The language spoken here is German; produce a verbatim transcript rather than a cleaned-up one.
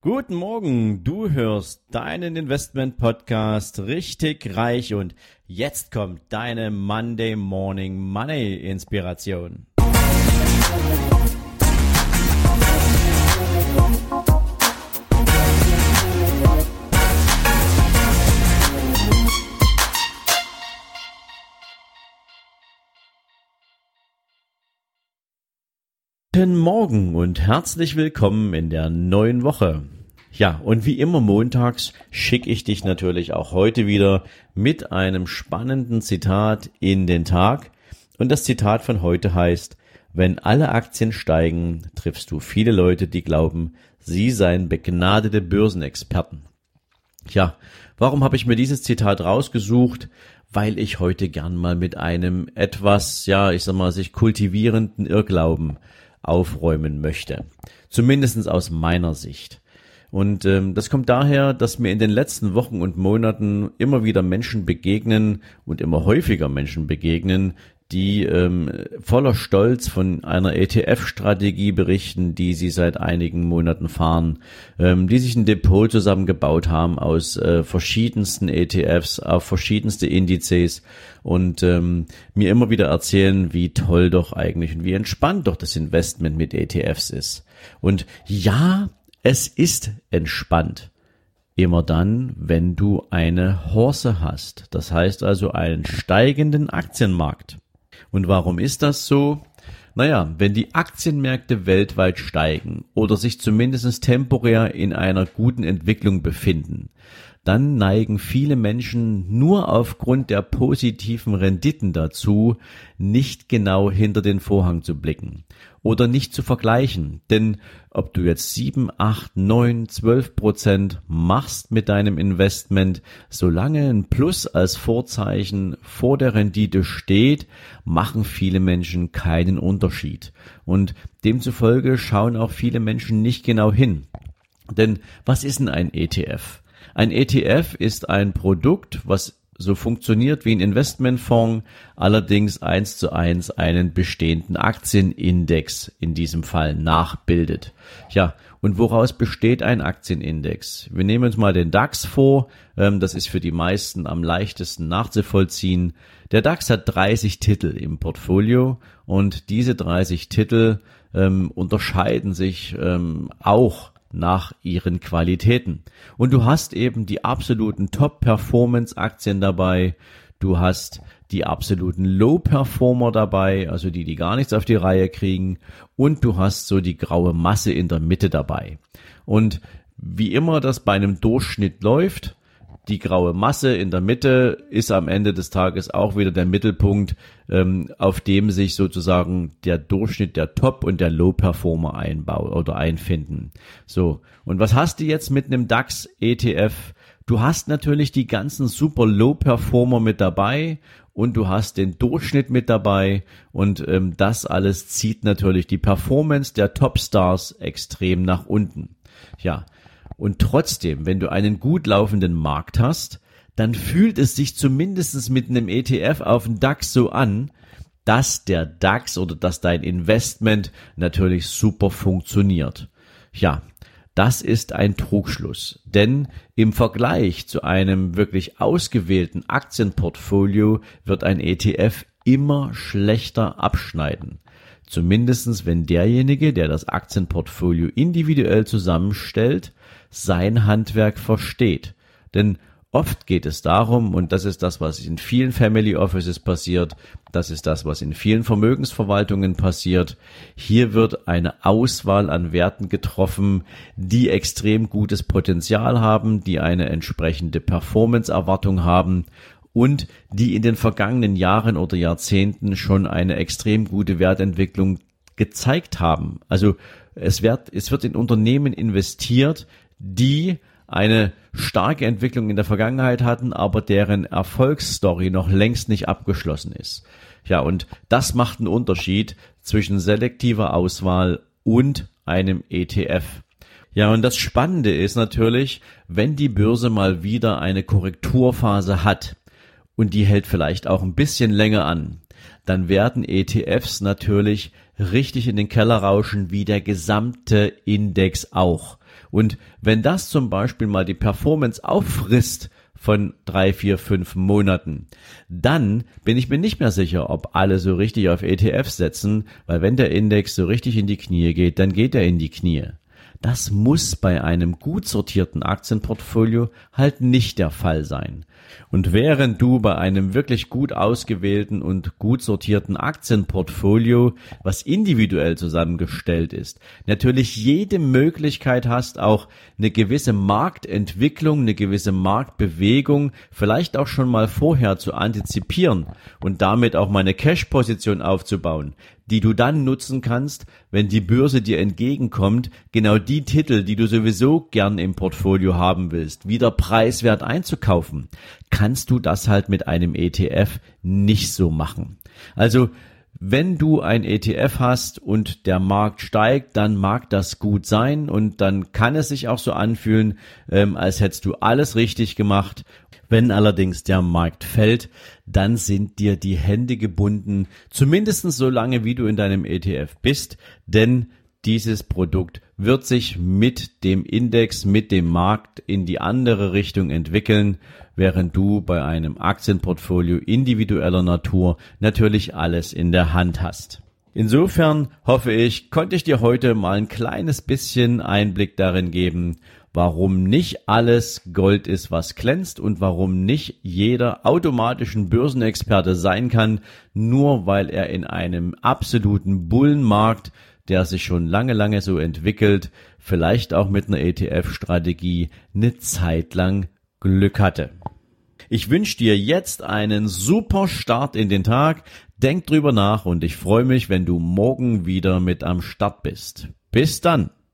Guten Morgen, du hörst deinen Investment-Podcast richtig reich und jetzt kommt deine Monday Morning Money Inspiration. Guten Morgen und herzlich willkommen in der neuen Woche. Ja, und wie immer montags schicke ich dich natürlich auch heute wieder mit einem spannenden Zitat in den Tag. Und das Zitat von heute heißt: Wenn alle Aktien steigen, triffst du viele Leute, die glauben, sie seien begnadete Börsenexperten. Ja, warum habe ich mir dieses Zitat rausgesucht? Weil ich heute gern mal mit einem etwas, ja, ich sag mal, sich kultivierenden Irrglauben aufräumen möchte. Zumindest aus meiner Sicht. Und ähm, das kommt daher, dass mir in den letzten Wochen und Monaten immer wieder Menschen begegnen und immer häufiger Menschen begegnen, die ähm, voller Stolz von einer E T F-Strategie berichten, die sie seit einigen Monaten fahren, ähm, die sich ein Depot zusammengebaut haben aus äh, verschiedensten E T Fs, auf verschiedenste Indizes und ähm, mir immer wieder erzählen, wie toll doch eigentlich und wie entspannt doch das Investment mit E T Fs ist. Und ja, es ist entspannt. Immer dann, wenn du eine Horse hast. Das heißt also einen steigenden Aktienmarkt. Und warum ist das so? Naja, wenn die Aktienmärkte weltweit steigen oder sich zumindest temporär in einer guten Entwicklung befinden, dann neigen viele Menschen nur aufgrund der positiven Renditen dazu, nicht genau hinter den Vorhang zu blicken oder nicht zu vergleichen. Denn ob du jetzt sieben, acht, neun, zwölf Prozent machst mit deinem Investment, solange ein Plus als Vorzeichen vor der Rendite steht, machen viele Menschen keinen Unterschied. Und demzufolge schauen auch viele Menschen nicht genau hin. Denn was ist denn ein E T F? Ein E T F ist ein Produkt, was so funktioniert wie ein Investmentfonds, allerdings eins zu eins einen bestehenden Aktienindex in diesem Fall nachbildet. Ja, und woraus besteht ein Aktienindex? Wir nehmen uns mal den DAX vor, das ist für die meisten am leichtesten nachzuvollziehen. Der DAX hat dreißig Titel im Portfolio und diese dreißig Titel ähm, unterscheiden sich ähm, auch nach ihren Qualitäten. Und du hast eben die absoluten Top-Performance-Aktien dabei, du hast die absoluten Low-Performer dabei, also die, die gar nichts auf die Reihe kriegen, und du hast so die graue Masse in der Mitte dabei. Und wie immer das bei einem Durchschnitt läuft, die graue Masse in der Mitte ist am Ende des Tages auch wieder der Mittelpunkt, ähm, auf dem sich sozusagen der Durchschnitt der Top- und der Low-Performer einbaut oder einfinden. So, und was hast du jetzt mit einem DAX-E T F? Du hast natürlich die ganzen super Low-Performer mit dabei und du hast den Durchschnitt mit dabei und ähm, das alles zieht natürlich die Performance der Top-Stars extrem nach unten. Ja. Und trotzdem, wenn du einen gut laufenden Markt hast, dann fühlt es sich zumindest mit einem E T F auf den DAX so an, dass der DAX oder dass dein Investment natürlich super funktioniert. Ja, das ist ein Trugschluss, denn im Vergleich zu einem wirklich ausgewählten Aktienportfolio wird ein E T F immer schlechter abschneiden. Zumindestens wenn derjenige, der das Aktienportfolio individuell zusammenstellt, sein Handwerk versteht. Denn oft geht es darum, und das ist das, was in vielen Family Offices passiert, das ist das, was in vielen Vermögensverwaltungen passiert. Hier wird eine Auswahl an Werten getroffen, die extrem gutes Potenzial haben, die eine entsprechende Performance-Erwartung haben und die in den vergangenen Jahren oder Jahrzehnten schon eine extrem gute Wertentwicklung gezeigt haben. Also es wird, es wird in Unternehmen investiert, die eine starke Entwicklung in der Vergangenheit hatten, aber deren Erfolgsstory noch längst nicht abgeschlossen ist. Ja, und das macht einen Unterschied zwischen selektiver Auswahl und einem E T F. Ja, und das Spannende ist natürlich, wenn die Börse mal wieder eine Korrekturphase hat und die hält vielleicht auch ein bisschen länger an, dann werden E T Fs natürlich richtig in den Keller rauschen, wie der gesamte Index auch. Und wenn das zum Beispiel mal die Performance auffrisst von drei, vier, fünf Monaten, dann bin ich mir nicht mehr sicher, ob alle so richtig auf E T Fs setzen, weil wenn der Index so richtig in die Knie geht, dann geht er in die Knie. Das muss bei einem gut sortierten Aktienportfolio halt nicht der Fall sein. Und während du bei einem wirklich gut ausgewählten und gut sortierten Aktienportfolio, was individuell zusammengestellt ist, natürlich jede Möglichkeit hast, auch eine gewisse Marktentwicklung, eine gewisse Marktbewegung vielleicht auch schon mal vorher zu antizipieren und damit auch mal eine Cash-Position aufzubauen, die du dann nutzen kannst, wenn die Börse dir entgegenkommt, genau die Titel, die du sowieso gern im Portfolio haben willst, wieder preiswert einzukaufen, kannst du das halt mit einem E T F nicht so machen. Also wenn du ein E T F hast und der Markt steigt, dann mag das gut sein und dann kann es sich auch so anfühlen, ähm, als hättest du alles richtig gemacht. Wenn allerdings der Markt fällt, dann sind dir die Hände gebunden, zumindest so lange, wie du in deinem E T F bist, denn dieses Produkt wird sich mit dem Index, mit dem Markt in die andere Richtung entwickeln, während du bei einem Aktienportfolio individueller Natur natürlich alles in der Hand hast. Insofern hoffe ich, konnte ich dir heute mal ein kleines bisschen Einblick darin geben, warum nicht alles Gold ist, was glänzt und warum nicht jeder automatisch ein Börsenexperte sein kann, nur weil er in einem absoluten Bullenmarkt, der sich schon lange, lange so entwickelt, vielleicht auch mit einer E T F-Strategie eine Zeit lang Glück hatte. Ich wünsche dir jetzt einen super Start in den Tag. Denk drüber nach und ich freue mich, wenn du morgen wieder mit am Start bist. Bis dann.